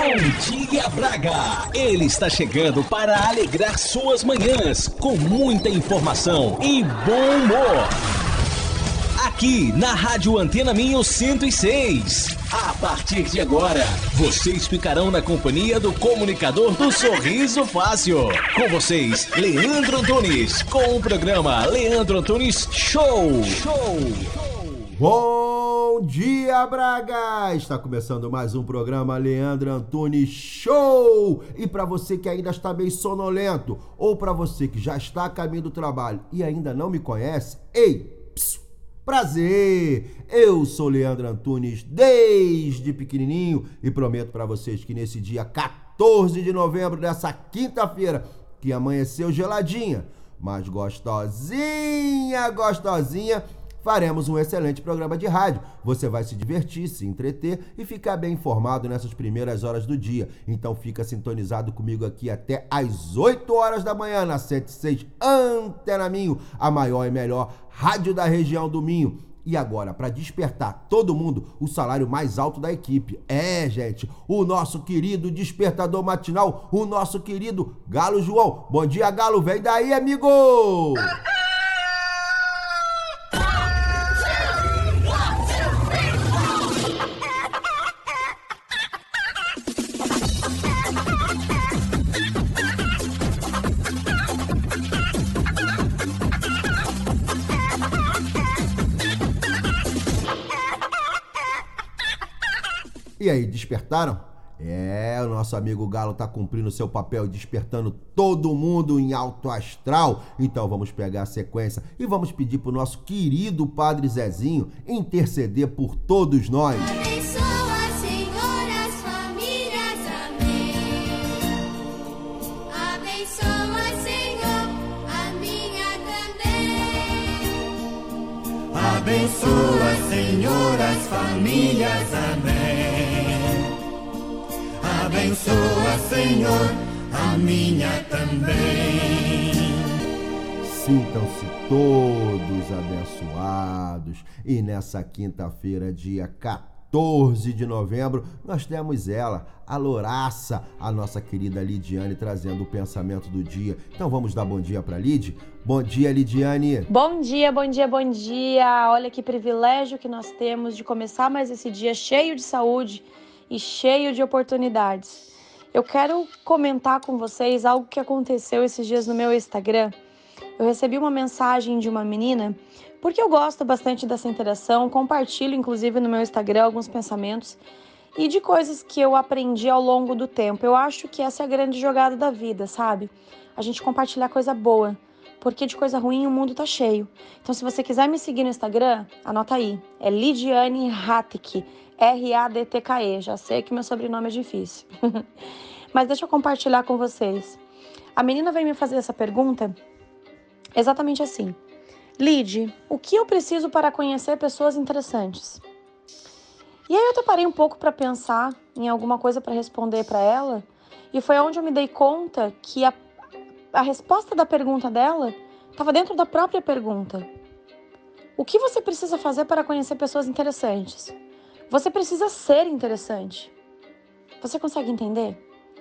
Bom dia, Braga! Ele está chegando para alegrar suas manhãs com muita informação e bom humor. Aqui na Rádio Antena Minho 106. A partir de agora, vocês ficarão na companhia do comunicador do Sorriso Fácil. Com vocês, Leandro Antunes, com o programa Leandro Antunes Show. Bom dia, Braga! Está começando mais um programa Leandro Antunes Show! E para você que ainda está meio sonolento, ou para você que já está a caminho do trabalho e ainda não me conhece, prazer! Eu sou Leandro Antunes desde pequenininho e prometo para vocês que nesse dia 14 de novembro dessa quinta-feira, que amanheceu geladinha, mas gostosinha, faremos um excelente programa de rádio. Você vai se divertir, se entreter e ficar bem informado nessas primeiras horas do dia. Então fica sintonizado comigo aqui até às 8 horas da manhã na 106 Antena Minho, a maior e melhor rádio da região do Minho. E agora, para despertar todo mundo, o salário mais alto da equipe. Gente, o nosso querido despertador matinal, o nosso querido Galo João. Bom dia, Galo, vem daí, amigo! E aí, despertaram? O nosso amigo Galo tá cumprindo seu papel, despertando todo mundo em alto astral. Então vamos pegar a sequência e vamos pedir pro nosso querido Padre Zezinho interceder por todos nós. Abençoa, Senhor, as famílias, amém. Abençoa, Senhor, a minha também. Abençoa, Senhor, as famílias, amém. Abençoa, Senhor, a minha também. Sintam-se todos abençoados. E nessa quinta-feira, dia 14 de novembro, nós temos ela, a Louraça, a nossa querida Lidiane, trazendo o pensamento do dia. Então vamos dar bom dia para Lid? Bom dia, Lidiane. Bom dia, bom dia, bom dia. Olha que privilégio que nós temos de começar mais esse dia cheio de saúde e cheio de oportunidades. Eu quero comentar com vocês algo que aconteceu esses dias no meu Instagram. Eu recebi uma mensagem de uma menina, porque eu gosto bastante dessa interação, compartilho inclusive no meu Instagram alguns pensamentos e de coisas que eu aprendi ao longo do tempo. Eu acho que essa é a grande jogada da vida, sabe? A gente compartilhar coisa boa, porque de coisa ruim o mundo tá cheio. Então se você quiser me seguir no Instagram, anota aí, é Lidiane Ratke, R-A-D-T-K-E, já sei que meu sobrenome é difícil. Mas deixa eu compartilhar com vocês. A menina veio me fazer essa pergunta exatamente assim. Lid, o que eu preciso para conhecer pessoas interessantes? E aí eu até parei um pouco para pensar em alguma coisa para responder para ela, e foi onde eu me dei conta que a resposta da pergunta dela estava dentro da própria pergunta. O que você precisa fazer para conhecer pessoas interessantes? Você precisa ser interessante. Você consegue entender?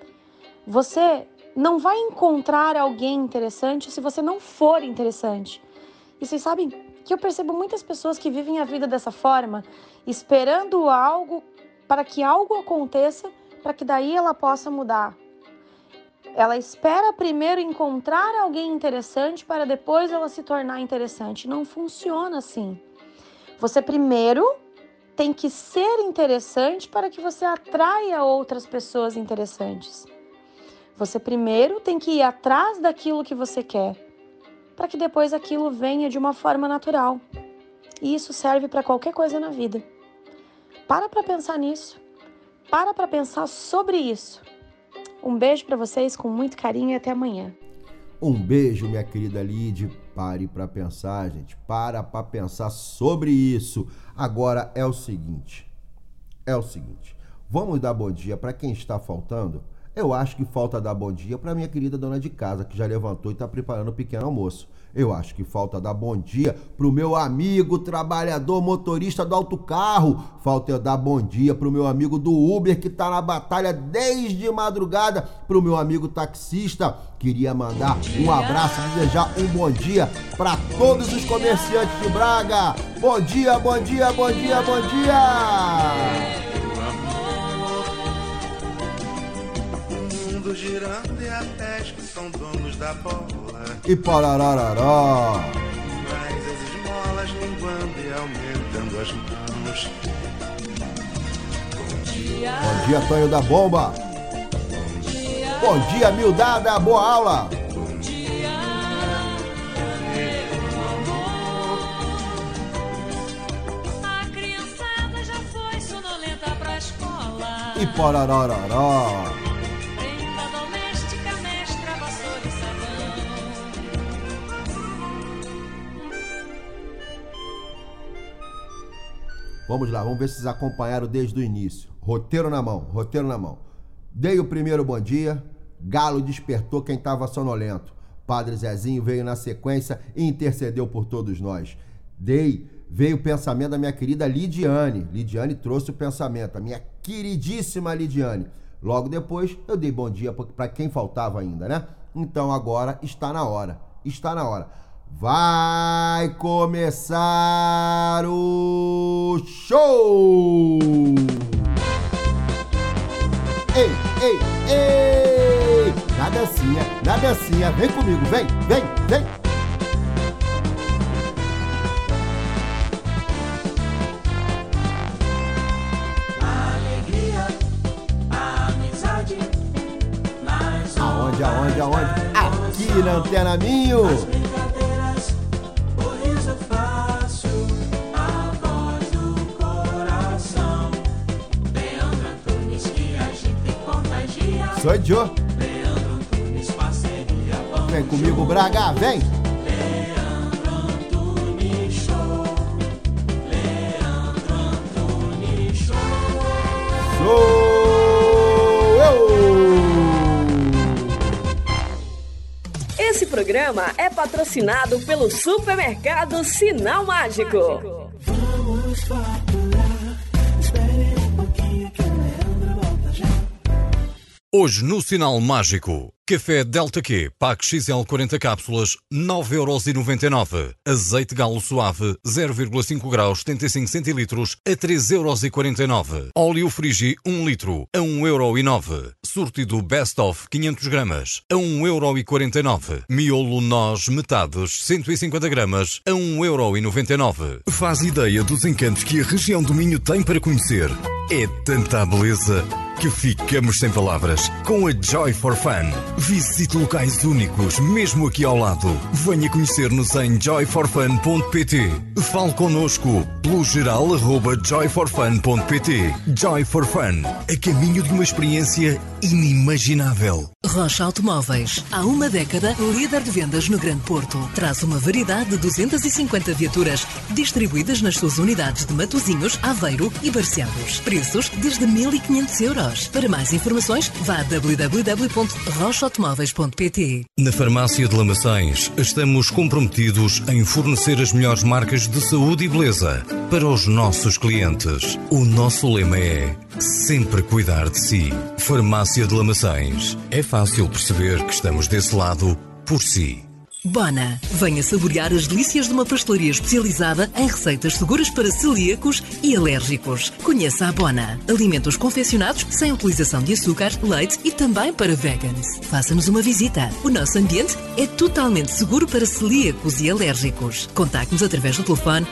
Você não vai encontrar alguém interessante se você não for interessante. E vocês sabem que eu percebo muitas pessoas que vivem a vida dessa forma, esperando algo para que algo aconteça, para que daí ela possa mudar. Ela espera primeiro encontrar alguém interessante para depois ela se tornar interessante. Não funciona assim. Você primeiro tem que ser interessante para que você atraia outras pessoas interessantes. Você primeiro tem que ir atrás daquilo que você quer, para que depois aquilo venha de uma forma natural. E isso serve para qualquer coisa na vida. Para pensar nisso. Para pensar sobre isso. Um beijo para vocês com muito carinho e até amanhã. Um beijo, minha querida Lid. Pare para pensar, gente. Para pensar sobre isso. Agora é o seguinte. Vamos dar bom dia para quem está faltando? Eu acho que falta dar bom dia para minha querida dona de casa, que já levantou e está preparando o pequeno almoço. Eu acho que falta dar bom dia pro meu amigo trabalhador motorista do autocarro. Falta eu dar bom dia pro meu amigo do Uber, que tá na batalha desde madrugada, pro meu amigo taxista. Queria mandar um abraço e desejar um bom dia para todos os comerciantes de Braga. Bom dia, bom dia, bom dia, bom dia! Girando e até que são donos da bola. E parararará. Mas as esmolas linguando e aumentando as mãos. Bom dia, Tonho da Bomba. Bom dia, Mildada, boa aula. Bom dia, a criançada já foi sonolenta pra escola. E parararará. Vamos lá, vamos ver se vocês acompanharam desde o início. Roteiro na mão, roteiro na mão. Dei o primeiro bom dia, Galo despertou quem estava sonolento. Padre Zezinho veio na sequência e intercedeu por todos nós. Veio o pensamento da minha querida Lidiane. Lidiane trouxe o pensamento, a minha queridíssima Lidiane. Logo depois, eu dei bom dia para quem faltava ainda, né? Então agora está na hora, está na hora. Vai começar o show! Ei, ei, ei! Na dancinha, vem comigo, vem, vem, vem! Alegria, amizade, mais Aonde? Aqui na Antena Minho! Sou Joe. Leandro Antunes, parceria bom. Vem comigo, Braga, vem! Leandro Antunes Show. Leandro Antunes Show. Sou eu! Esse programa é patrocinado pelo Supermercado Sinal Mágico. Vamos faturar. Espere um pouquinho que o Leandro volta já. Hoje no Sinal Mágico, café Delta Q, pack XL 40 cápsulas, 9,99€. Azeite galo suave, 0,5 graus, 75 centilitros, a 3,49€. Óleo Frigi, 1 litro, a 1,09€. Sortido Best of, 500 gramas, a 1,49€. Miolo Nós Metades, 150 gramas, a 1,99€. Faz ideia dos encantos que a região do Minho tem para conhecer. É tanta beleza que ficamos sem palavras com a Joy for Fun. Visite locais únicos, mesmo aqui ao lado. Venha conhecer-nos em joyforfun.pt. Fale connosco pelo geral@joyforfun.pt. Joy for Fun, a caminho de uma experiência inimaginável. Rocha Automóveis, há uma década, líder de vendas no Grande Porto. Traz uma variedade de 250 viaturas distribuídas nas suas unidades de Matosinhos, Aveiro e Barcelos. Preços desde 1.500€. Para mais informações, vá a www.rochaautomóveis.pt. Na Farmácia de Lamaçães, estamos comprometidos em fornecer as melhores marcas de saúde e beleza para os nossos clientes. O nosso lema é sempre cuidar de si. Farmácia de Lamaçães. É fácil perceber que estamos desse lado por si. Bona, venha saborear as delícias de uma pastelaria especializada em receitas seguras para celíacos e alérgicos. Conheça a Bona. Alimentos confeccionados sem utilização de açúcar, leite e também para vegans. Faça-nos uma visita. O nosso ambiente é totalmente seguro para celíacos e alérgicos. Contacte-nos através do telefone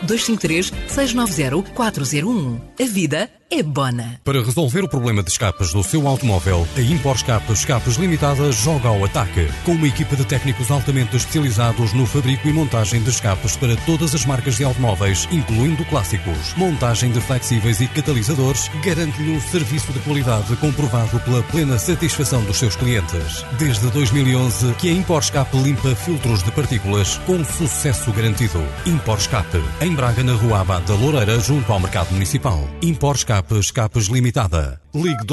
253-690-401. A vida é Bona. Para resolver o problema de escapes do seu automóvel, a Impor Escapes Limitada joga ao ataque. Com uma equipa de técnicos altamente especializados no fabrico e montagem de escapes para todas as marcas de automóveis, incluindo clássicos. Montagem de flexíveis e catalisadores garante-lhe um serviço de qualidade comprovado pela plena satisfação dos seus clientes. Desde 2011 que a Impor Escape limpa filtros de partículas com sucesso garantido. Impor Escape, em Braga, na Rua Abade da Loureira, junto ao Mercado Municipal. Impor Escape Escapes Limitada. Ligue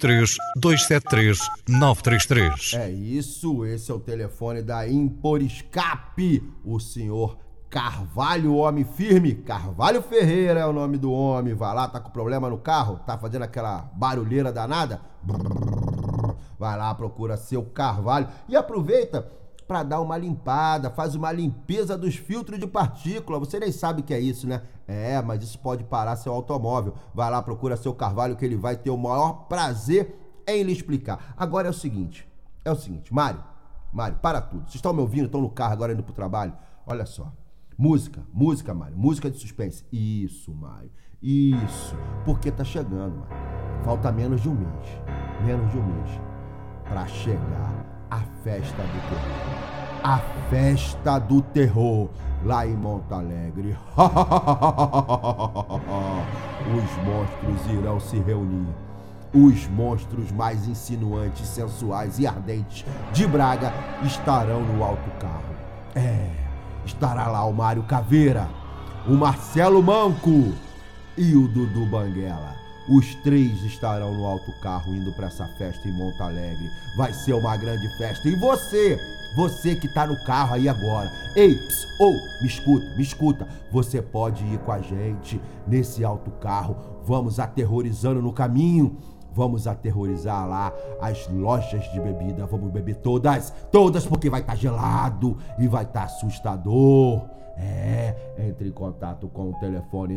253-273-933. É isso, esse é o telefone da Impor Escape, o senhor Carvalho, homem firme. Carvalho Ferreira é o nome do homem. Vai lá, tá com problema no carro, tá fazendo aquela barulheira danada? Vai lá, procura seu Carvalho e aproveita para dar uma limpada, faz uma limpeza dos filtros de partícula. Você nem sabe o que é isso, né? Mas isso pode parar seu automóvel. Vai lá, procura seu Carvalho, que ele vai ter o maior prazer em lhe explicar. Agora é o seguinte, Mário, para tudo. Vocês estão me ouvindo? Estão no carro agora indo pro trabalho? Olha só, música, Mário, música de suspense. Isso, Mário, isso, porque tá chegando, Mário. Falta menos de um mês pra chegar a festa do terror. A festa do terror lá em Monte Alegre. Os monstros irão se reunir. Os monstros mais insinuantes, sensuais e ardentes de Braga estarão no alto carro. Estará lá o Mário Caveira, o Marcelo Manco e o Dudu Banguela. Os três estarão no alto carro indo para essa festa em Monte Alegre. Vai ser uma grande festa. E você que tá no carro aí agora, me escuta. Você pode ir com a gente nesse alto carro. Vamos aterrorizando no caminho. Vamos aterrorizar lá as lojas de bebida. Vamos beber todas, porque vai estar gelado e vai estar assustador. Entre em contato com o telefone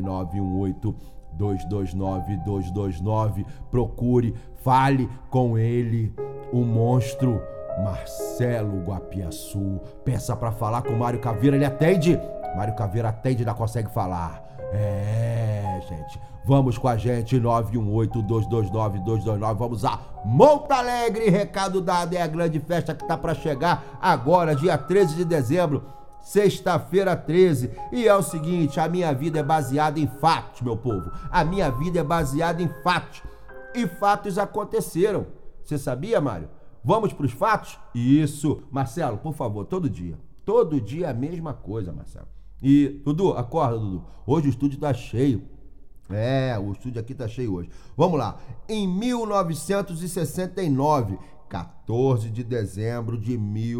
918-229-229. Procure, fale com ele, o monstro Marcelo Guapiaçu. Peça pra falar com o Mário Caveira, ele atende. Mário Caveira atende, ainda consegue falar. Gente, vamos com a gente, 918-229-229. Vamos a Monte Alegre. Recado dado, é a grande festa que tá pra chegar agora, dia 13 de dezembro. Sexta-feira 13. E é o seguinte, a minha vida é baseada em fatos, meu povo. A minha vida é baseada em fatos. E fatos aconteceram. Você sabia, Mário? Vamos pros fatos? Isso. Marcelo, por favor, todo dia. Todo dia a mesma coisa, Marcelo. E, Dudu, acorda, Dudu. Hoje o estúdio tá cheio. O estúdio aqui tá cheio hoje. Vamos lá. Em 1969... 14 de dezembro de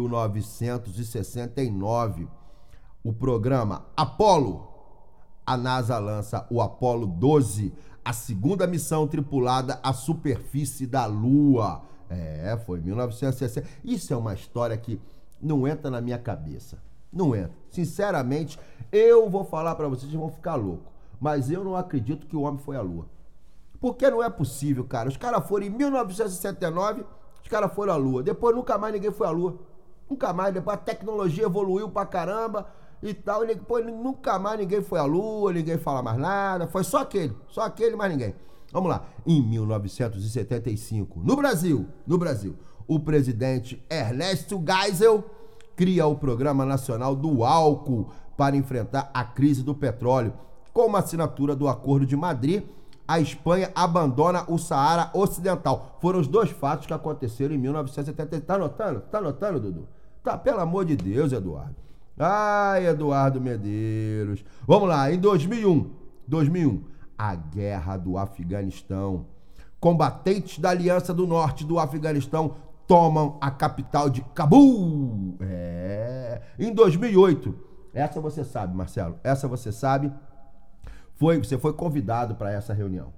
1969, o programa Apollo, a NASA lança o Apollo 12, a segunda missão tripulada à superfície da Lua. Foi em 1960. Isso é uma história que não entra na minha cabeça. Não entra. Sinceramente, eu vou falar pra vocês, vão ficar loucos. Mas eu não acredito que o homem foi à Lua. Porque não é possível, cara. Os caras foram em 1969... Os caras foram à Lua. Depois nunca mais ninguém foi à Lua. Nunca mais. Depois a tecnologia evoluiu pra caramba e tal. E depois nunca mais ninguém foi à Lua, ninguém fala mais nada. Foi só aquele, mais ninguém. Vamos lá. Em 1975, no Brasil, o presidente Ernesto Geisel cria o Programa Nacional do Álcool para enfrentar a crise do petróleo. Com uma assinatura do Acordo de Madrid, a Espanha abandona o Saara Ocidental. Foram os dois fatos que aconteceram em 1970. Tá anotando? Tá anotando, Dudu? Tá, pelo amor de Deus, Eduardo. Ai, Eduardo Medeiros. Vamos lá, em 2001, a Guerra do Afeganistão. Combatentes da Aliança do Norte do Afeganistão tomam a capital de Cabul. Em 2008, essa você sabe, Marcelo, essa você sabe. Você foi convidado para essa reunião.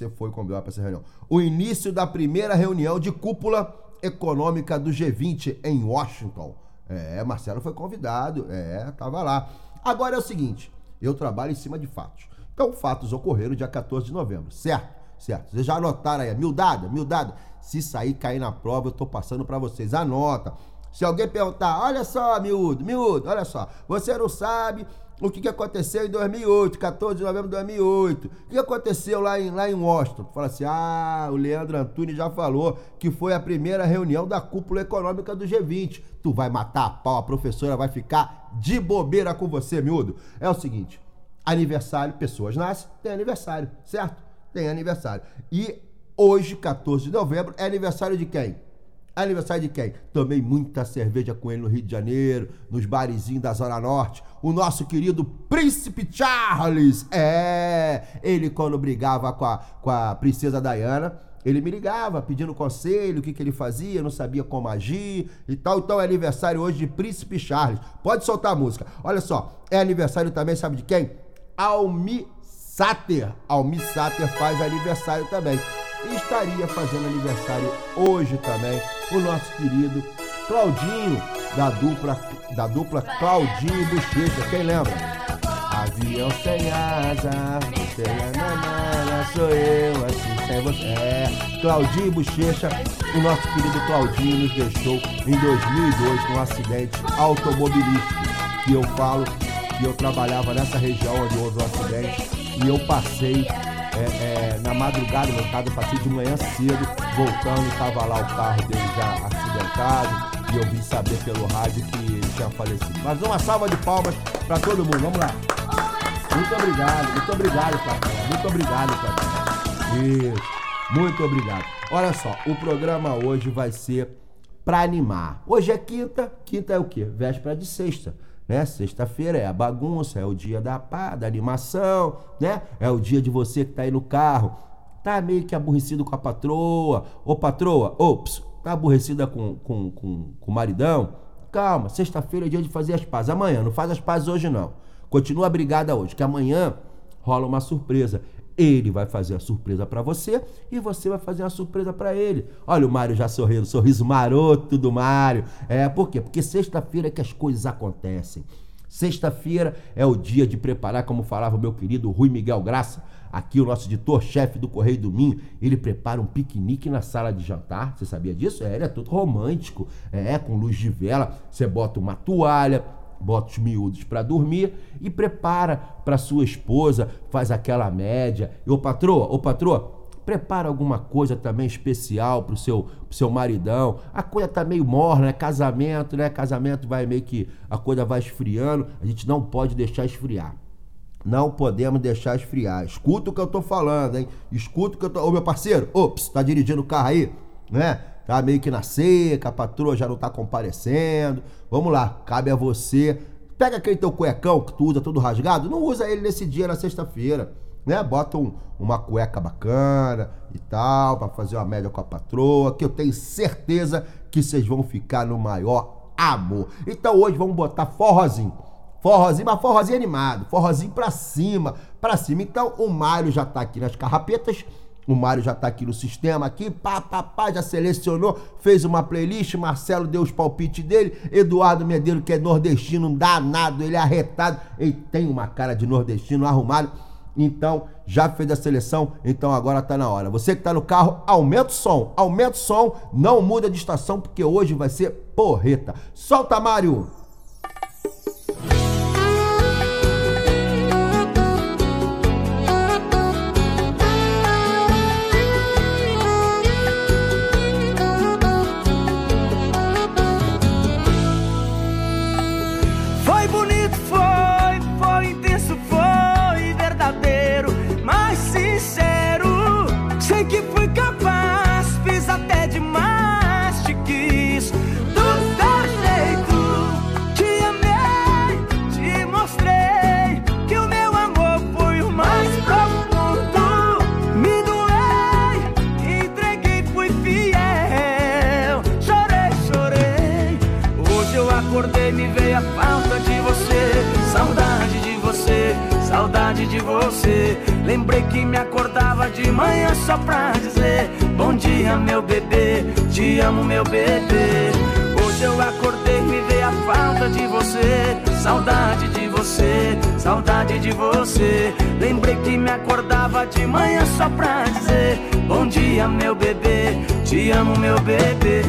O início da primeira reunião de cúpula econômica do G20 em Washington. Marcelo foi convidado. Tava lá. Agora é o seguinte, eu trabalho em cima de fatos. Então, fatos ocorreram dia 14 de novembro, certo? Vocês já anotaram aí, miudada. Se sair, cair na prova, eu tô passando para vocês. Anota. Se alguém perguntar, olha só, miúdo, olha só, você não sabe o que aconteceu em 2008, 14 de novembro de 2008. O que aconteceu lá em Washington? Fala assim, o Leandro Antunes já falou que foi a primeira reunião da cúpula econômica do G20. Tu vai matar a pau, a professora vai ficar de bobeira com você, miúdo. É o seguinte, aniversário, pessoas nascem, tem aniversário, certo? Tem aniversário. E hoje, 14 de novembro, é aniversário de quem? Aniversário de quem? Tomei muita cerveja com ele no Rio de Janeiro, nos barizinhos da Zona Norte. O nosso querido Príncipe Charles. Ele quando brigava com a princesa Diana, ele me ligava pedindo conselho, o que ele fazia, não sabia como agir e tal. Então é aniversário hoje de Príncipe Charles. Pode soltar a música. Olha só, é aniversário também, sabe de quem? Almi Sater. Almi Sater faz aniversário também. E estaria fazendo aniversário hoje também o nosso querido Claudinho, da dupla Claudinho e Bochecha. Quem lembra? Avião sem asa, você é nanana, sou eu, assim sem você. Claudinho e Bochecha, o nosso querido Claudinho nos deixou em 2002 num acidente automobilístico. Que eu falo que eu trabalhava nessa região onde houve o acidente e eu passei na madrugada, eu passei de manhã cedo, voltando, e tava lá o carro dele já acidentado, e eu vim saber pelo rádio que ele tinha falecido. Mas uma salva de palmas pra todo mundo, vamos lá. Muito obrigado, papai. Muito obrigado, papai. Isso, muito obrigado. Olha só, o programa hoje vai ser pra animar. Hoje é quinta é o quê? Véspera de sexta. Né? Sexta-feira é a bagunça, é o dia da animação, né? É o dia de você que tá aí no carro, tá meio que aborrecido com a patroa. Ô patroa, tá aborrecida com o maridão? Calma, sexta-feira é dia de fazer as pazes. Amanhã, não faz as pazes hoje não. Continua brigada hoje, que amanhã rola uma surpresa. Ele vai fazer a surpresa pra você e você vai fazer uma surpresa pra ele. Olha o Mário já sorrindo, sorriso maroto do Mário. Por quê? Porque sexta-feira é que as coisas acontecem. Sexta-feira é o dia de preparar, como falava o meu querido Rui Miguel Graça, aqui o nosso editor-chefe do Correio do Minho, ele prepara um piquenique na sala de jantar. Você sabia disso? Ele é todo romântico, com luz de vela. Você bota uma toalha, bota os miúdos para dormir e prepara para sua esposa, faz aquela média. E ô patroa, prepara alguma coisa também especial pro seu maridão. A coisa tá meio morna, né? Casamento, né? Casamento vai meio que, a coisa vai esfriando, a gente não pode deixar esfriar. Não podemos deixar esfriar. Escuta o que eu tô falando, hein? Escuta o que eu tô... Ô, meu parceiro, tá dirigindo o carro aí, né? Tá meio que na seca, a patroa já não tá comparecendo. Vamos lá, cabe a você. Pega aquele teu cuecão que tu usa todo rasgado, não usa ele nesse dia, na sexta-feira, né? Bota uma cueca bacana e tal, pra fazer uma média com a patroa, que eu tenho certeza que vocês vão ficar no maior amor. Então hoje vamos botar forrozinho, mas forrozinho animado, forrozinho pra cima. Então o Mário já tá aqui nas carrapetas, o Mário já tá aqui no sistema, aqui, já selecionou, fez uma playlist, Marcelo deu os palpites dele, Eduardo Medeiros, que é nordestino, danado, ele é arretado, ele tem uma cara de nordestino arrumado, então já fez a seleção, então agora tá na hora. Você que tá no carro, aumenta o som, não muda de estação, porque hoje vai ser porreta. Solta, Mário! De você, lembrei que me acordava de manhã só pra dizer bom dia, meu bebê, te amo, meu bebê. Hoje eu acordei e me veio a falta de você, saudade de você, saudade de você. Lembrei que me acordava de manhã só pra dizer bom dia, meu bebê, te amo, meu bebê.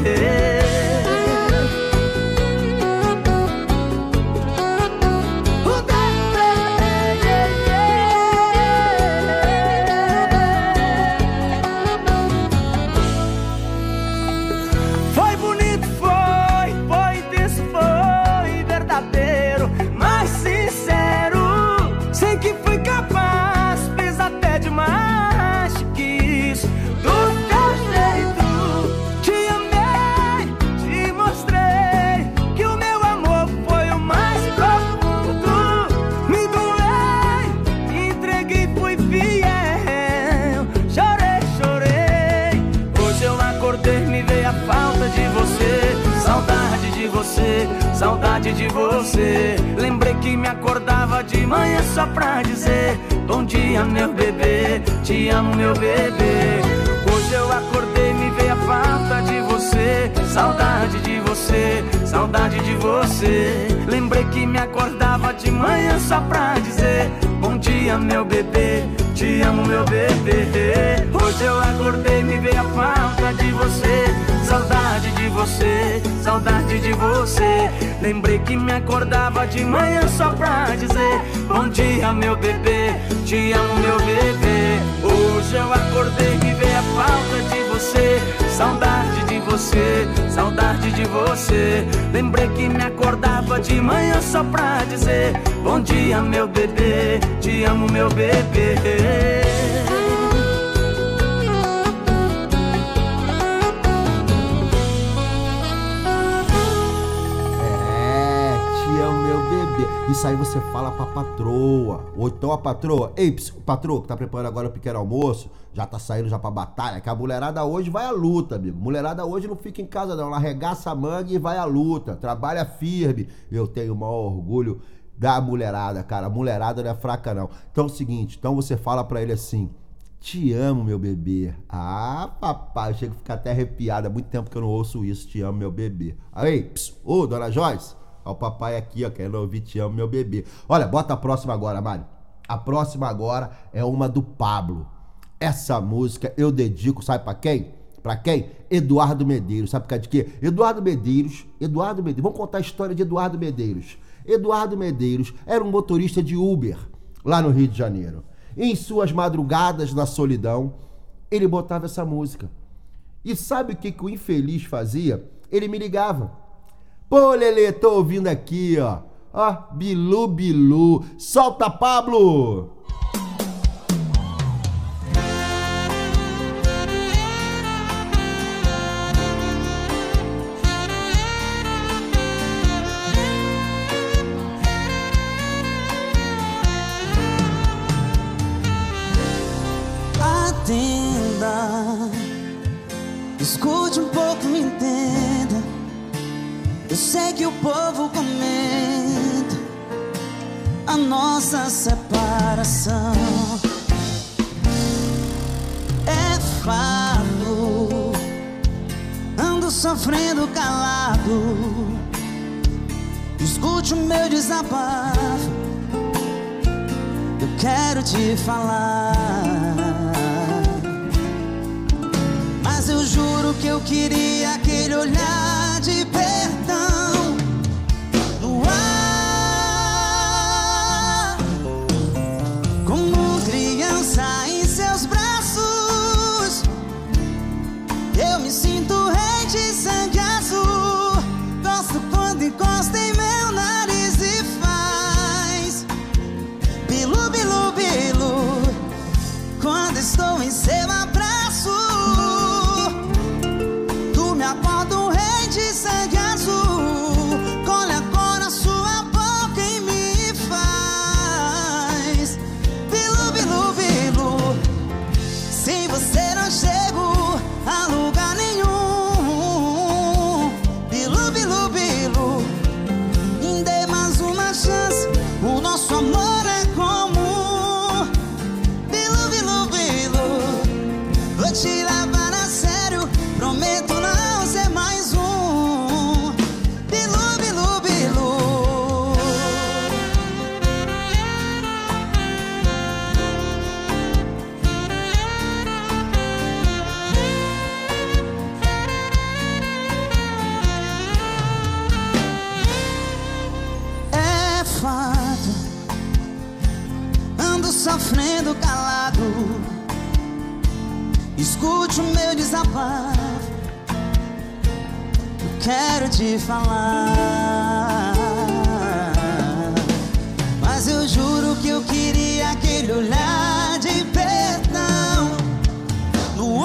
você. Lembrei que me acordava de manhã só pra dizer: bom dia, meu bebê, te amo, meu bebê. Hoje eu acordei, me veio a falta de você, saudade de você, saudade de você. Lembrei que me acordava de manhã só pra dizer: bom dia, meu bebê, te amo, meu bebê. Hoje eu acordei, me veio a falta de você, saudade de você, saudade de você. Lembrei que me acordava de manhã só pra dizer: bom dia, meu bebê, te amo, meu bebê. Hoje eu acordei, me veio a falta de você, saudade de você, saudade de você. Lembrei que me acordava de manhã só pra dizer: bom dia, meu bebê, te amo, meu bebê. Isso aí você fala pra patroa. Ou então a patroa: ei, patroa, que tá preparando agora o pequeno almoço, já tá saindo já pra batalha, que a mulherada hoje vai à luta, amigo. Mulherada hoje não fica em casa não, ela arregaça a manga e vai à luta, trabalha firme. Eu tenho o maior orgulho da mulherada, cara. A mulherada não é fraca não. Então é o seguinte, então você fala pra ele assim: te amo, meu bebê. Ah, papai, eu chego a ficar até arrepiado. Há muito tempo que eu não ouço isso, te amo, meu bebê. Aí, ô, dona Joyce, ó o papai aqui, ó, querendo ouvir te amo, meu bebê. Olha, bota a próxima agora, Mário. A próxima agora é uma do Pablo. Essa música eu dedico, sabe pra quem? Pra quem? Eduardo Medeiros. Sabe por causa de quê? Eduardo Medeiros. Vamos contar a história de Eduardo Medeiros. Eduardo Medeiros era um motorista de Uber lá no Rio de Janeiro. Em suas madrugadas na solidão, ele botava essa música. E sabe o que o infeliz fazia? Ele me ligava: pô, Lelê, tô ouvindo aqui, ó. Ó, Bilu Bilu. Solta, Pablo! Atenda, escute um pouco, me entenda. Eu sei que o povo comenta a nossa separação. É fato, ando sofrendo calado. Escute o meu desabafo, eu quero te falar. Mas eu juro que eu queria aquele olhar de perdão no ar, como criança em seus braços. Eu me sinto rei de sangue azul. Gosto quando encosta em meu nariz e faz bilu, bilu, bilu. Quando estou em seu abraço, acorda um rei de sangue azul. Colhe agora sua boca em mim e faz bilu, bilu, bilu. Sem você não chego a lugar nenhum. Bilu, bilu, bilu. Me dê mais uma chance, o nosso amor é comum. Bilu, bilu, bilu. Vou te levar a sério, prometo não ser mais um. Bilu, bilu, bilu. É fato, ando sofrendo calado. Escute o meu desabafo, quero te falar. Mas eu juro que eu queria aquele olhar de perdão no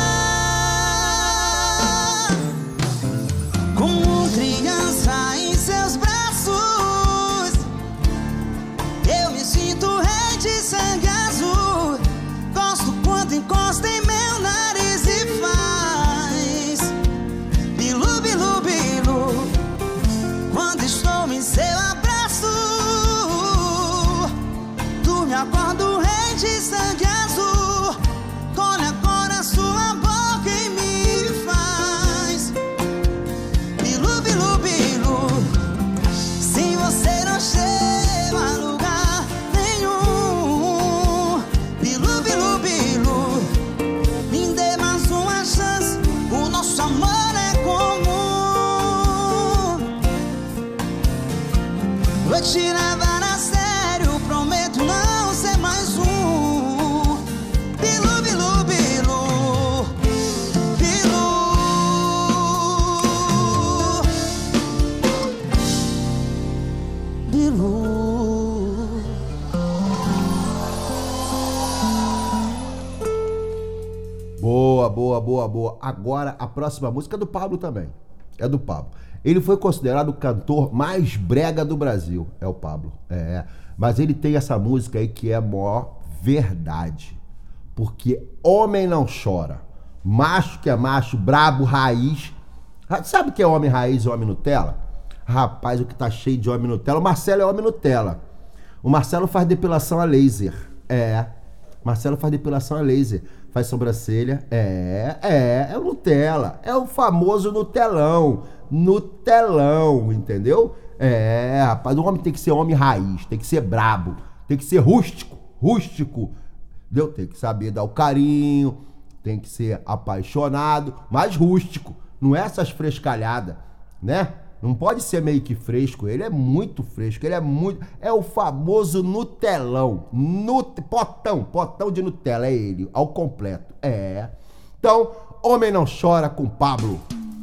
ar, como criança em seus braços. Eu me sinto rei de sangue azul. Gosto quando encosta em meu nariz e faz bilu, bilu, bilu. Quando Boa. Agora, a próxima música é do Pablo também. É do Pablo. Ele foi considerado o cantor mais brega do Brasil. É o Pablo. Mas ele tem essa música aí que é a maior verdade. Porque homem não chora. Macho que é macho, brabo, raiz. Sabe o que é homem raiz e homem Nutella? Rapaz, o que tá cheio de homem Nutella. O Marcelo é homem Nutella. O Marcelo faz depilação a laser. Marcelo faz depilação a laser. Faz sobrancelha. É o Nutella. É o famoso Nutelão. Nutelão, entendeu? Rapaz, o homem tem que ser homem raiz, tem que ser brabo, tem que ser rústico, entendeu? Tem que saber dar o carinho, tem que ser apaixonado, mas rústico, não é essas frescalhadas, né? Não pode ser meio que fresco, ele é muito fresco, é o famoso Nutelão, potão de Nutella, é ele, ao completo, Então, homem não chora com Pablo.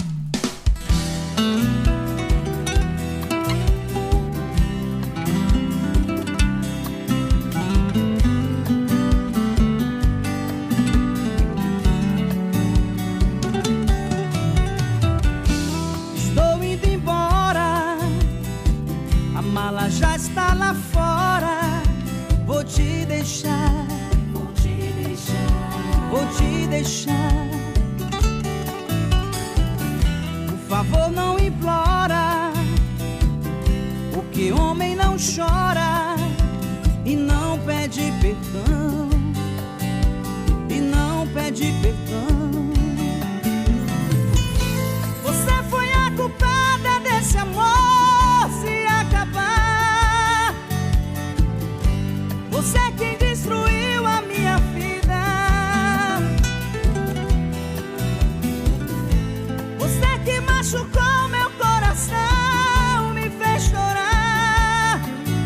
Já está lá fora, vou te deixar. Por favor, não implora, porque homem não chora e não pede perdão, Você foi a culpada desse amor se acabar. Você é quem destruiu a minha vida. Você é que machucou meu coração, me fez chorar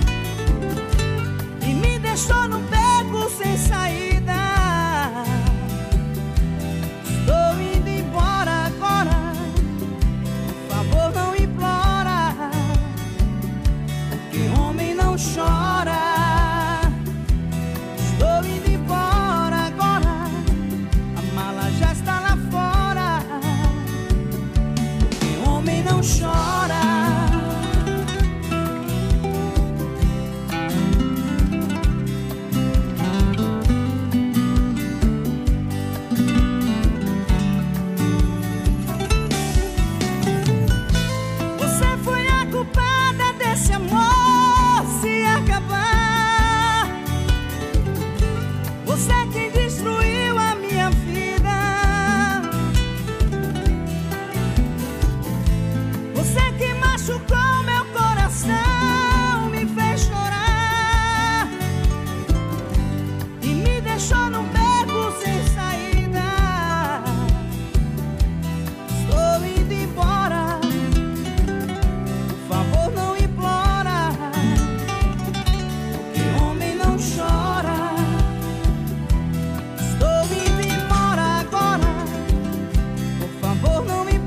e me deixou num beco sem saída. Estou indo embora agora, por favor não implora, porque homem não chora. Chora. Você foi a culpada desse amor se acabar. Você é quem destruiu a minha vida. Você que machucou meu coração, me fez chorar e me deixou num beco sem saída. Estou indo embora, por favor não implora, porque homem não chora. Estou indo embora agora, por favor não implora.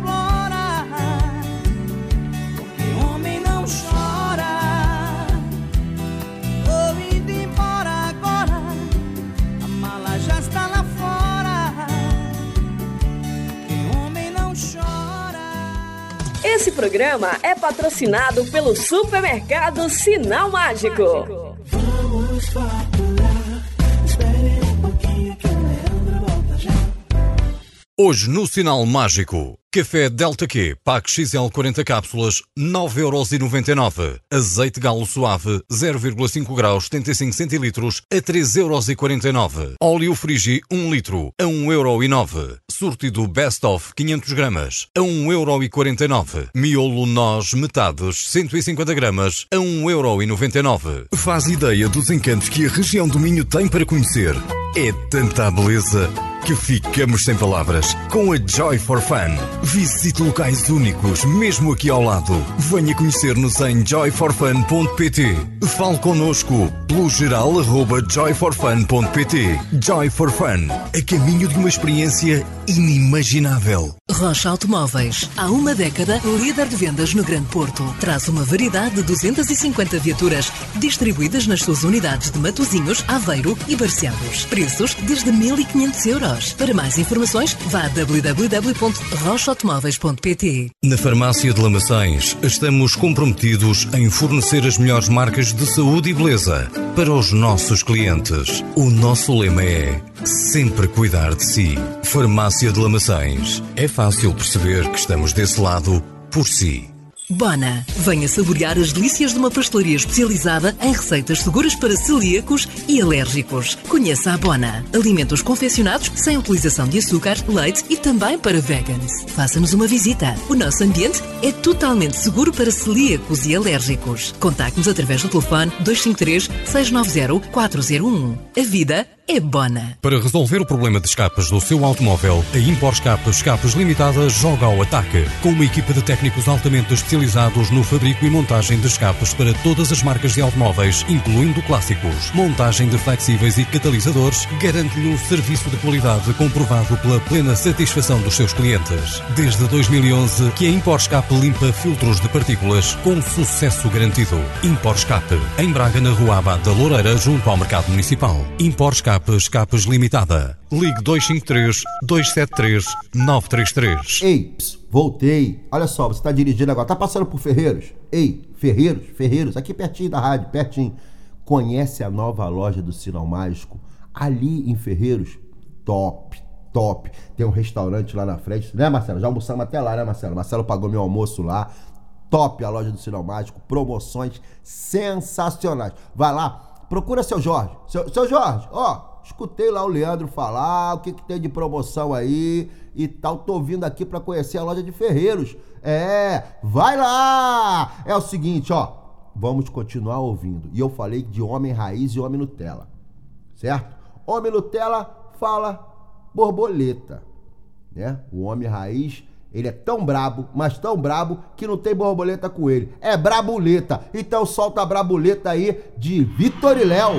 Esse programa é patrocinado pelo Supermercado Sinal Mágico. Vamos faturar, espere um pouquinho que o Leandro volta já. Hoje no Sinal Mágico, café Delta Q, pack XL 40 cápsulas, 9,99€. Azeite galo suave, 0,5 graus, 75 centilitros, a 3,49€. Óleo Frigi, 1 litro, a 1,09€. Sortido Best of, 500 gramas, a 1,49€. Miolo Nós Metades, 150 gramas, a 1,99€. Faz ideia dos encantos que a região do Minho tem para conhecer. É tanta beleza que ficamos sem palavras com a Joy for Fun. Visite locais únicos, mesmo aqui ao lado. Venha conhecer-nos em joyforfun.pt. Fale connosco pelo geral@joyforfun.pt. Joy for Fun, a caminho de uma experiência inimaginável. Rocha Automóveis, há uma década, líder de vendas no Grande Porto. Traz uma variedade de 250 viaturas, distribuídas nas suas unidades de Matosinhos, Aveiro e Barcelos. Preços desde 1.500 euros. Para mais informações, vá a www.rochaautomóveis.pt. Na Farmácia de Lamaçães, estamos comprometidos em fornecer as melhores marcas de saúde e beleza para os nossos clientes. O nosso lema é sempre cuidar de si. Farmácia de Lamaçães. É fácil perceber que estamos desse lado por si. Bona, venha saborear as delícias de uma pastelaria especializada em receitas seguras para celíacos e alérgicos. Conheça a Bona. Alimentos confeccionados sem utilização de açúcar, leite e também para vegans. Faça-nos uma visita. O nosso ambiente é totalmente seguro para celíacos e alérgicos. Contacte-nos através do telefone 253-690-401. A vida é Bona. Para resolver o problema de escapas do seu automóvel, a Impor Escapas Limitada joga ao ataque. Com uma equipa de técnicos altamente especializados no fabrico e montagem de escapes para todas as marcas de automóveis, incluindo clássicos. Montagem de flexíveis e catalisadores garante-lhe um serviço de qualidade comprovado pela plena satisfação dos seus clientes. Desde 2011 que a Impor Escape limpa filtros de partículas com sucesso garantido. Impor Escape, em Braga, na Rua Abad da Loureira, junto ao Mercado Municipal. Impor Escapes Limitada. Ligue 253-273-933. Ei, voltei. Olha só, você tá dirigindo agora, tá passando por Ferreiros? Ei, Ferreiros, aqui pertinho da rádio, pertinho. Conhece a nova loja do Sinal Mágico? Ali em Ferreiros? Top. Tem um restaurante lá na frente, né, Marcelo? Já almoçamos até lá, né, Marcelo? Marcelo pagou meu almoço lá. Top a loja do Sinal Mágico, promoções sensacionais. Vai lá, procura seu Jorge. Seu Jorge, ó, escutei lá o Leandro falar, o que tem de promoção aí e tal. Tô vindo aqui pra conhecer a loja de Ferreiros. Vai lá! É o seguinte, ó, vamos continuar ouvindo. E eu falei de homem raiz e homem Nutella, certo? Homem Nutella fala borboleta, né? O homem raiz, ele é tão brabo, mas tão brabo, que não tem borboleta com ele. É brabuleta. Então solta a brabuleta aí de Vitor e Léo.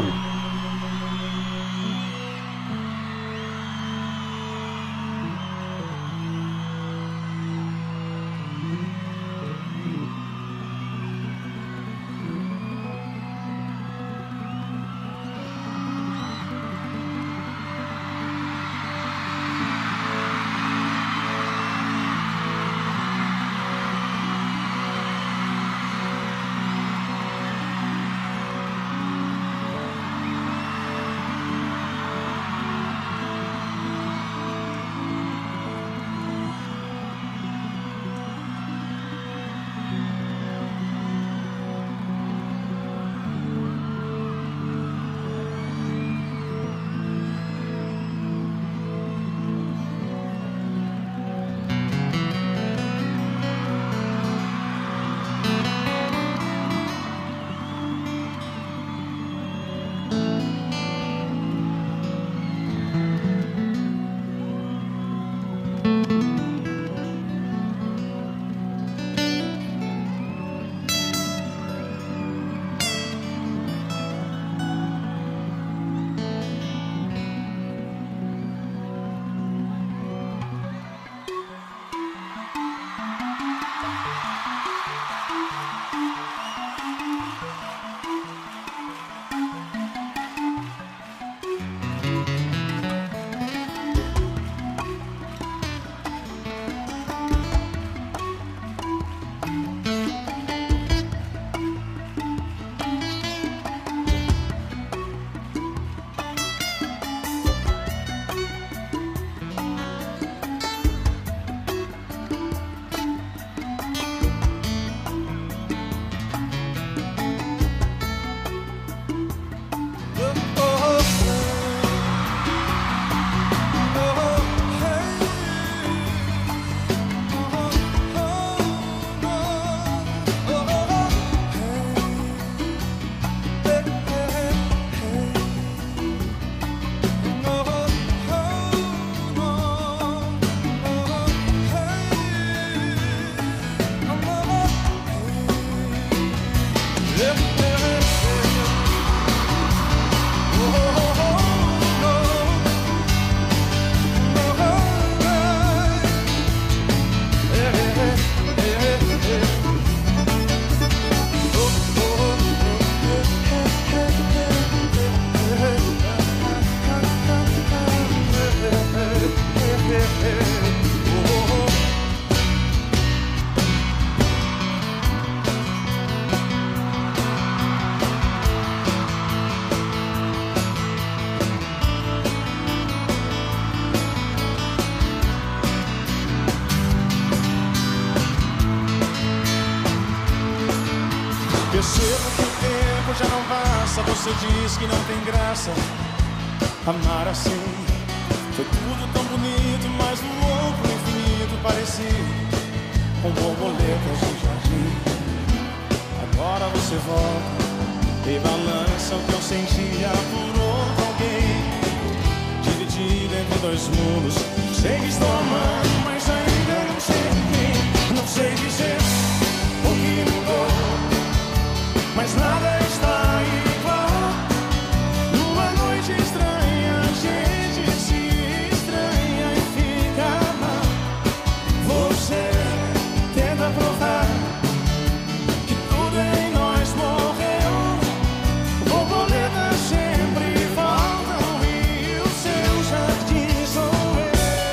Percebo que o tempo já não passa. Você diz que não tem graça amar assim. Foi tudo tão bonito, mas no outro infinito parecia com borboletas no jardim. Agora você volta e balança o que eu sentia por outro alguém. Dividido entre dois mundos. Sei que estou amando, mas ainda não sei quem. Não sei dizer o que mudou, mas nada está igual. Numa noite estranha, a gente se estranha e fica mal. Você tenta provar que tudo em nós morreu. Borboletas sempre voltam e o seu jardim sou eu.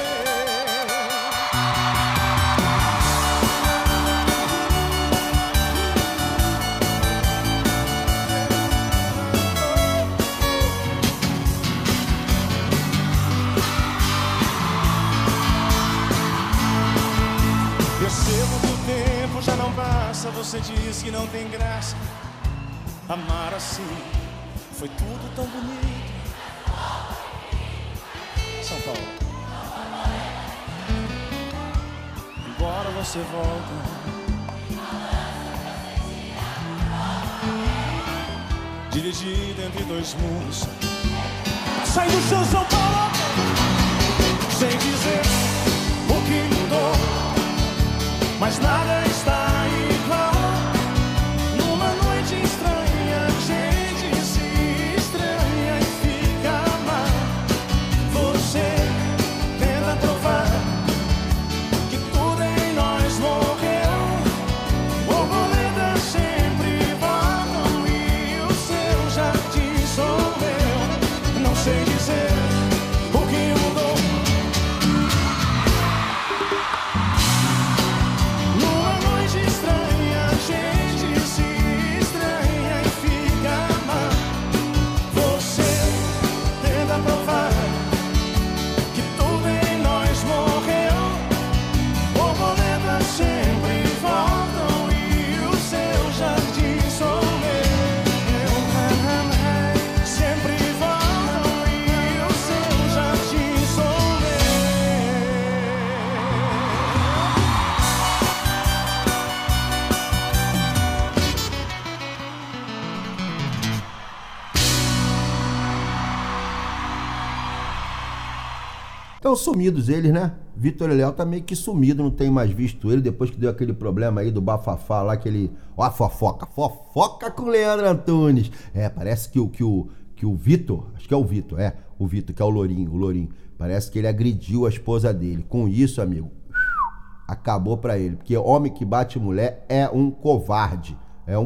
Percebo que o tempo já não passa. Você diz que não tem graça amar assim. Foi tudo tão bonito. São Paulo. Embora você volta, dividido entre dois mundos. Sai do chão, São Paulo, sem dizer o que mudou, mas nada está igual. Numa noite estranha, a gente se estranha e fica mal. Você tenta provar que tudo em nós morreu. Borboletas sempre voltam e o seu jardim sou eu. Não sei dizer o que mudou. Numa noite estranha, a gente se estranha e fica mal. Você tenta provar que tudo em nós morreu. Borboletas sempre voltam e o seu jardim sou eu. Sempre voltam e o seu jardim sou eu. Estão sumidos eles, né? Vitor e Léo tá meio que sumido, não tem mais visto ele depois que deu aquele problema aí do bafafá lá, aquele... Ó a fofoca com o Leandro Antunes. É, parece que o Vitor, acho que é o Vitor, o Vitor, que é o Lourinho, parece que ele agrediu a esposa dele. Com isso, amigo, acabou pra ele, porque homem que bate mulher é um covarde,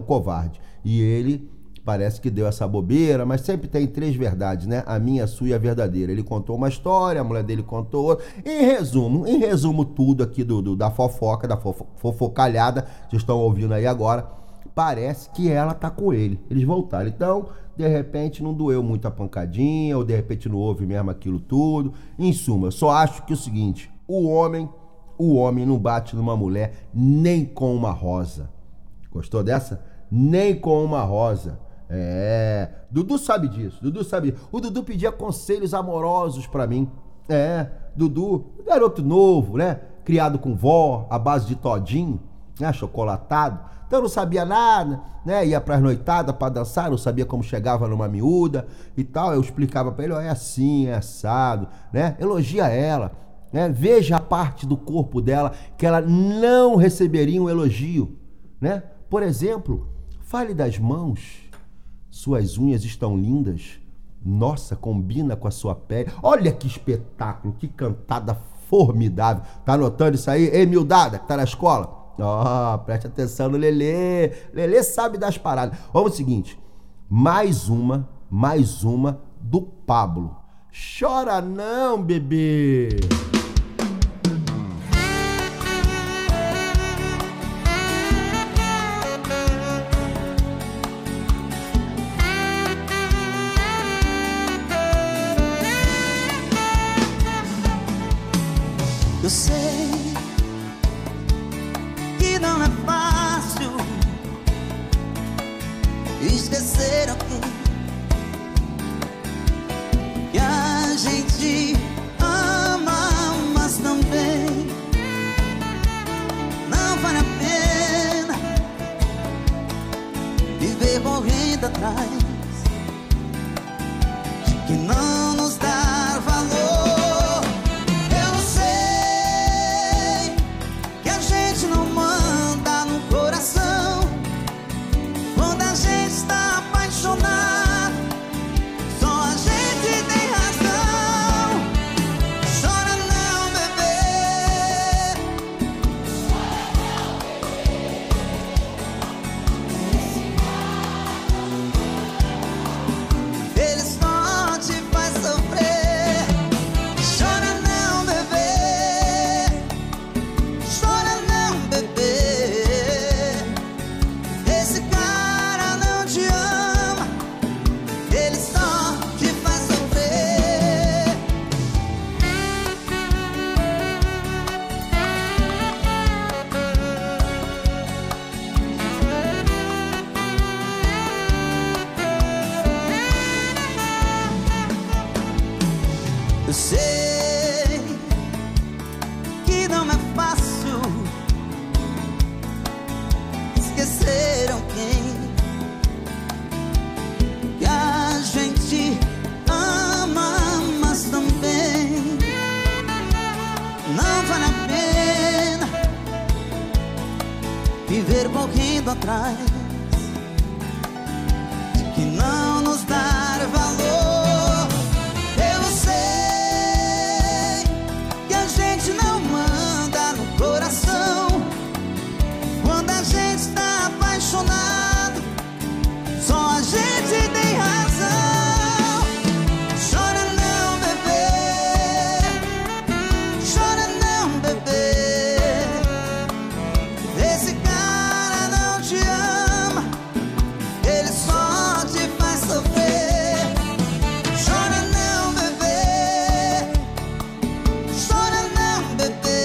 E ele parece que deu essa bobeira, mas sempre tem três verdades, né? A minha, a sua e a verdadeira. Ele contou uma história, a mulher dele contou outra. Em resumo tudo aqui da fofoca, da fofocalhada, vocês estão ouvindo aí agora, parece que ela tá com ele. Eles voltaram. Então, de repente, não doeu muito a pancadinha, ou de repente não houve mesmo aquilo tudo. Em suma, eu só acho que é o seguinte, o homem não bate numa mulher nem com uma rosa. Gostou dessa? Nem com uma rosa. Dudu sabe disso, O Dudu pedia conselhos amorosos pra mim. Dudu, garoto novo, né? Criado com vó, à base de todinho, né? Chocolatado. Então não sabia nada, né? Ia pras noitadas pra dançar, não sabia como chegava numa miúda e tal. Eu explicava pra ele, ó, é assim, é assado, né? Elogia ela, né? Veja a parte do corpo dela que ela não receberia um elogio, né? Por exemplo, fale das mãos. Suas unhas estão lindas. Nossa, combina com a sua pele. Olha que espetáculo, que cantada formidável. Tá anotando isso aí? Ei, miudada, que tá na escola? Preste atenção no Lelê. Lelê sabe das paradas. Vamos ao seguinte. Mais uma do Pablo. Chora não, bebê. Eu sei que não é fácil esquecer alguém que a gente ama, mas também não vale a pena viver correndo atrás de que não nos dá valor. Eu sei que a gente não manda no coração quando a gente está apaixonado. Só a gente tem razão. Chora não, bebê. Ele só te faz sofrer. Chora não, bebê. Chora não, bebê. Esse cara não te ama. Ele só te faz sofrer. Eu sei que não é fácil esquecer alguém que a gente ama, mas também não vale a pena viver correndo atrás de que não nos dá valor. Eu sei que a gente não manda no coração quando a gente está apaixonado. Só a gente tem razão. Chora não, bebê. Chora não, bebê. Esse cara não te ama. Ele só te faz sofrer. Chora não, bebê. Chora não, bebê.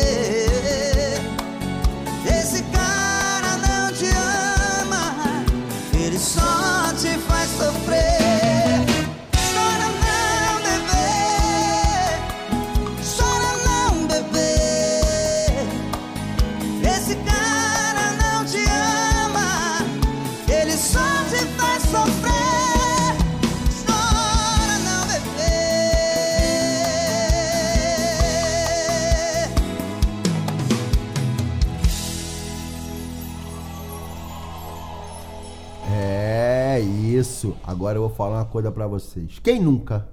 Esse cara não te ama. Ele só te faz sofrer. Chora não, bebê. Chora não, bebê. Esse cara não te ama. Ele só te faz sofrer. Chora não, bebê. É isso. Agora eu vou falar uma coisa pra vocês. Quem nunca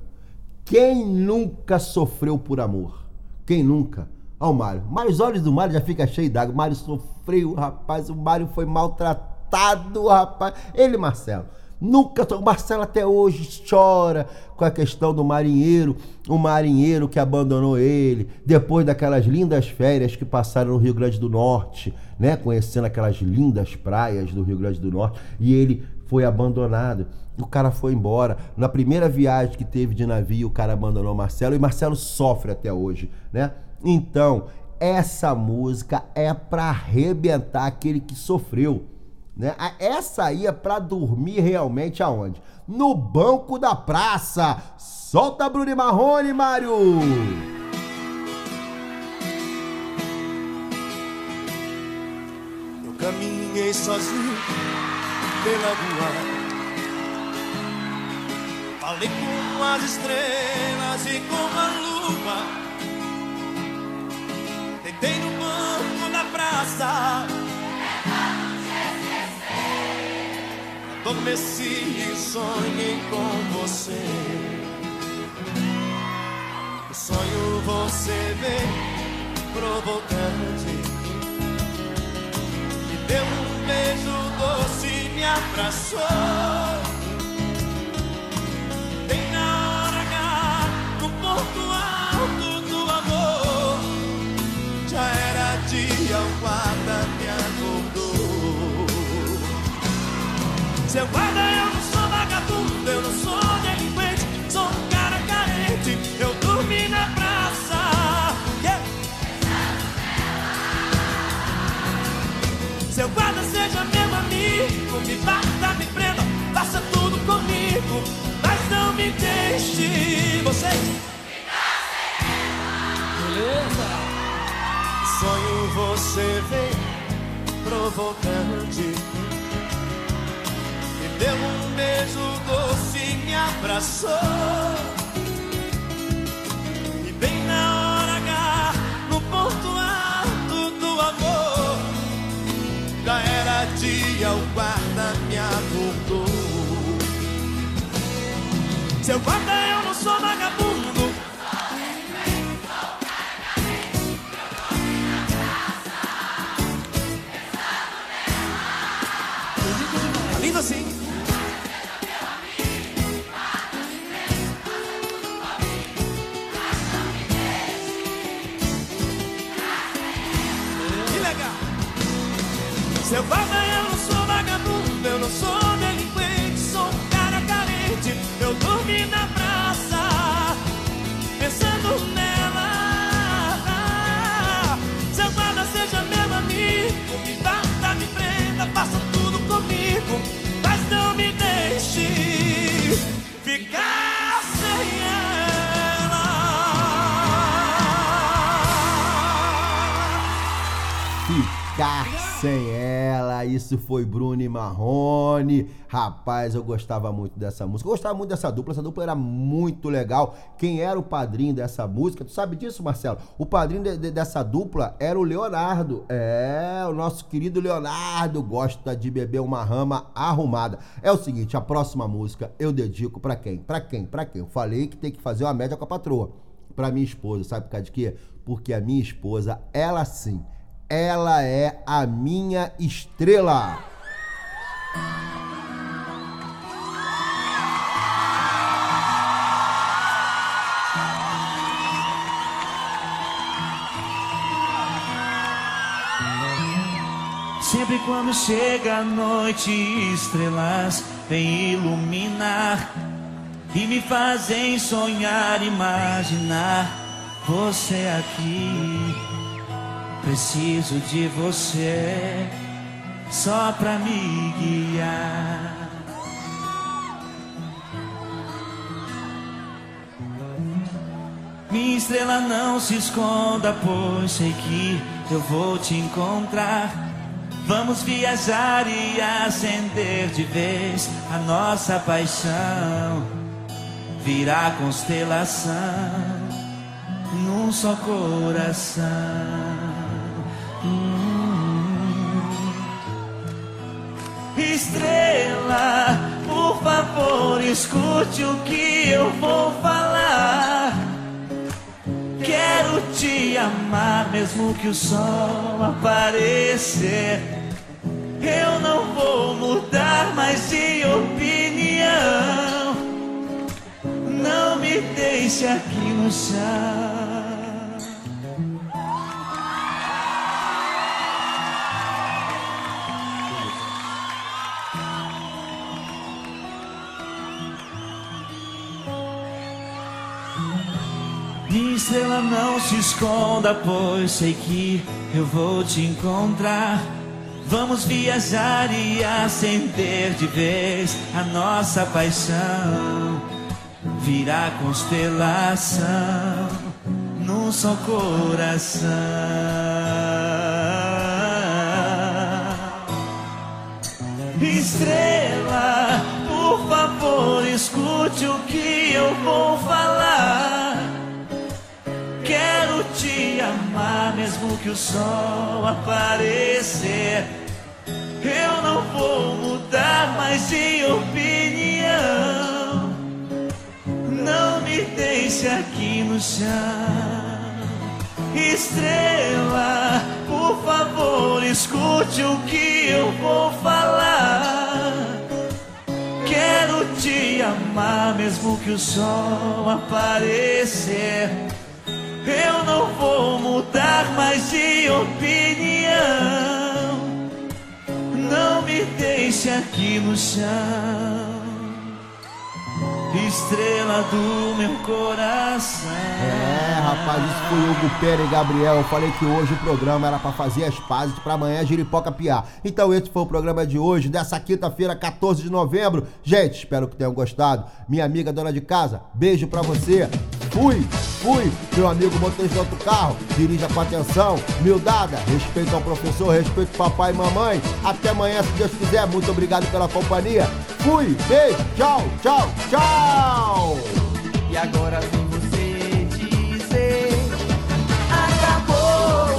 sofreu por amor? Quem nunca? Ó o Mário. Mas os olhos do Mário já ficam cheios d'água. O Mário sofreu, rapaz. O Mário foi maltratado, rapaz. Ele, Marcelo. Nunca, o Marcelo até hoje chora com a questão do marinheiro, o marinheiro que abandonou ele, depois daquelas lindas férias que passaram no Rio Grande do Norte, né, conhecendo aquelas lindas praias do Rio Grande do Norte, e ele foi abandonado, o cara foi embora, na primeira viagem que teve de navio, o cara abandonou o Marcelo, e Marcelo sofre até hoje, né, então, essa música é pra arrebentar aquele que sofreu, né? Essa aí é pra dormir realmente aonde? No banco da praça. Solta Bruno e Marrone, Mário! Eu caminhei sozinho pela rua, falei com as estrelas e com a lua, deitei no banco da praça, adormeci e sonhei com você. No sonho você veio provocante, me deu um beijo doce, me abraçou. Bem na hora H, no ponto alto do amor, já era dia, o guarda me acordou. Seu guarda, eu não sou vagabundo, eu não sou delinquente, sou um cara carente, eu dormi na praça. Yeah. Seu guarda seja meu amigo, me bata, me prenda, faça tudo comigo, mas não me deixe. Vocês? Beleza? Sonho você vem provocante, me deu um beijo doce e me abraçou. E bem na hora H, no ponto alto do amor, já era dia, o guarda me acordou. Seu guarda, eu não sou vagabundo. Lindo assim. Que legal. Seu guarda, eu não sou vagabundo, eu não sou delinquente, sou um cara carente. Eu dormi na praça, pensando nela. Seu guarda, seja meu amigo, me bata, me prenda, faça tudo comigo, mas não me deixe ficar sem ela. Ficar sem ela, isso foi Bruno e Marrone. Rapaz, eu gostava muito dessa música, eu gostava muito dessa dupla, essa dupla era muito legal. Quem era o padrinho dessa música, tu sabe disso, Marcelo? O padrinho dessa dupla era o Leonardo. É, o nosso querido Leonardo gosta de beber uma rama arrumada. É o seguinte, a próxima música eu dedico pra quem? Pra quem? Pra quem? Eu falei que tem que fazer uma média com a patroa. Pra minha esposa, sabe por causa de quê? Porque a minha esposa, ela sim, ela é a minha estrela. Sempre quando chega a noite, estrelas vêm iluminar e me fazem sonhar, imaginar você aqui. Preciso de você só pra me guiar. Minha estrela, não se esconda, pois sei que eu vou te encontrar. Vamos viajar e acender de vez a nossa paixão, virar constelação num só coração. Estrela, por favor, escute o que eu vou falar. Quero te amar, mesmo que o sol aparecer. Eu não vou mudar mais de opinião. Não me deixe aqui no chão. Minha estrela, não se esconda, pois sei que eu vou te encontrar. Vamos viajar e acender de vez a nossa paixão, virar constelação num só coração. Estrela, por favor, escute o que eu vou falar. Quero te amar, mesmo que o sol aparecer. Eu não vou mudar mais de opinião. Não me deixe aqui no chão. Estrela, por favor, escute o que eu vou falar. Quero te amar, mesmo que o sol aparecer. Eu não vou mudar mais de opinião. Não me deixe aqui no chão. estrela do meu coração. Rapaz, isso foi o Hugo Pérez e Gabriel. Eu falei que hoje o programa era pra fazer as pazes, pra amanhã a giripoca piar. Então esse foi o programa de hoje, dessa quinta-feira, 14 de novembro. Gente, espero que tenham gostado. Minha amiga dona de casa, beijo pra você. Fui. Meu amigo motorista do outro carro, dirija com atenção, humildade, respeito ao professor, respeito ao papai e mamãe. Até amanhã, se Deus quiser. Muito obrigado pela companhia. Fui, beijo, tchau. E agora vem você dizer: acabou,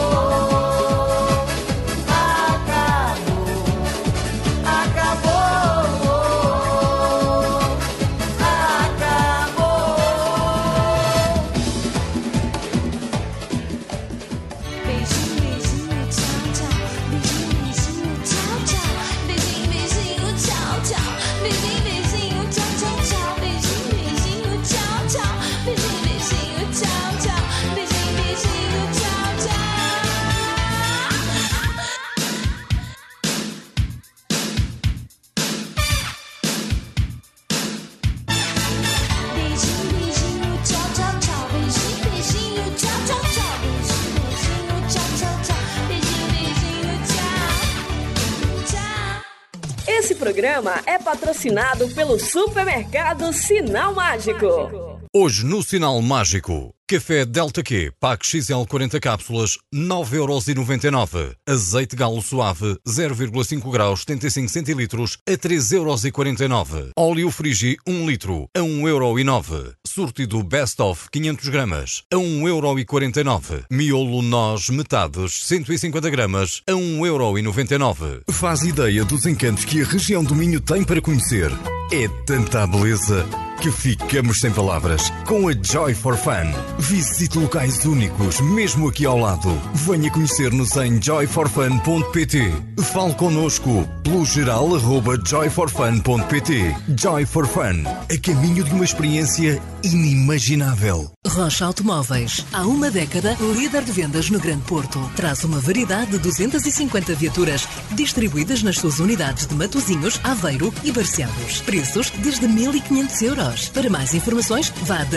Beijinho, beijinho, tchau, tchau. Beijinho, beijinho, tchau, tchau. Beijinho, beijinho, tchau, tchau. Beijinho, beijinho, tchau, tchau, tchau. Beijinho, beijinho, tchau, tchau. Beijinho, beijinho, tchau, tchau. Beijinho, beijinho, tchau, tchau. Beijinho, beijinho, tchau, tchau, tchau. Beijinho, beijinho, tchau, tchau, tchau. Beijinho, beijinho, tchau, tchau, tchau. Beijinho, beijinho, tchau, tchau. Esse programa é patrocinado pelo Supermercado Sinal Mágico. Hoje no Sinal Mágico, café Delta Q, pack XL 40 cápsulas, 9,99€. Azeite galo suave, 0,5 graus, 75 centilitros, a 3,49€. Óleo Frigi, 1 litro, a 1,09€. Sortido Best of, 500 gramas, a 1,49€. Miolo Nós Metades, 150 gramas, a 1,99€. Faz ideia dos encantos que a região do Minho tem para conhecer. É tanta beleza que ficamos sem palavras. Com a Joy for Fun. Visite locais únicos, mesmo aqui ao lado. Venha conhecer-nos em joyforfun.pt. Fale connosco pelo geral@joyforfun.pt. Joy for Fun, a caminho de uma experiência inimaginável. Rocha Automóveis, há uma década, líder de vendas no Grande Porto. Traz uma variedade de 250 viaturas, distribuídas nas suas unidades de Matosinhos, Aveiro e Barcelos. Preços desde 1.500 euros. Para mais informações, vá a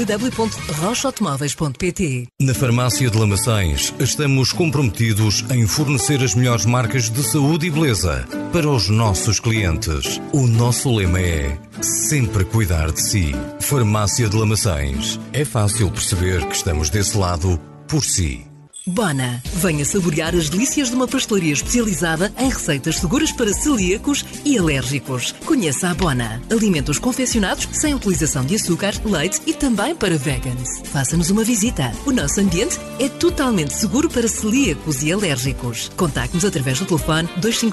www.rochaautomóveis.pt. Na Farmácia de Lamaçães, estamos comprometidos em fornecer as melhores marcas de saúde e beleza para os nossos clientes. O nosso lema é sempre cuidar de si. Farmácia de Lamaçães. É fácil perceber que estamos desse lado por si. Bona, venha saborear as delícias de uma pastelaria especializada em receitas seguras para celíacos e alérgicos. Conheça a Bona, alimentos confeccionados sem utilização de açúcar, leite e também para vegans. Faça-nos uma visita. O nosso ambiente é totalmente seguro para celíacos e alérgicos. Contacte-nos através do telefone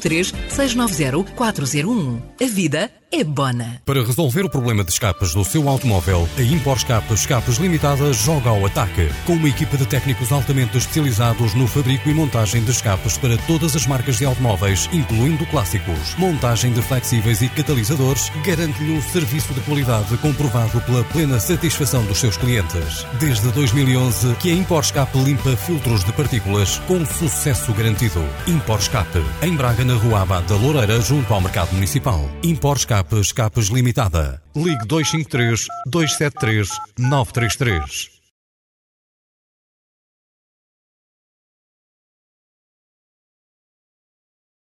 253-690-401. A vida é Bona. Para resolver o problema de escapes do seu automóvel, a Impor Escapes Limitada joga ao ataque. Com uma equipa de técnicos altamente especializados no fabrico e montagem de escapes para todas as marcas de automóveis, incluindo clássicos. Montagem de flexíveis e catalisadores garante-lhe um serviço de qualidade comprovado pela plena satisfação dos seus clientes. Desde 2011 que a Impor Escape limpa filtros de partículas com sucesso garantido. Impor Escape, em Braga, na Rua Abade da Loureira, junto ao Mercado Municipal. Impor Escapes Limitada. Ligue 253 273 933.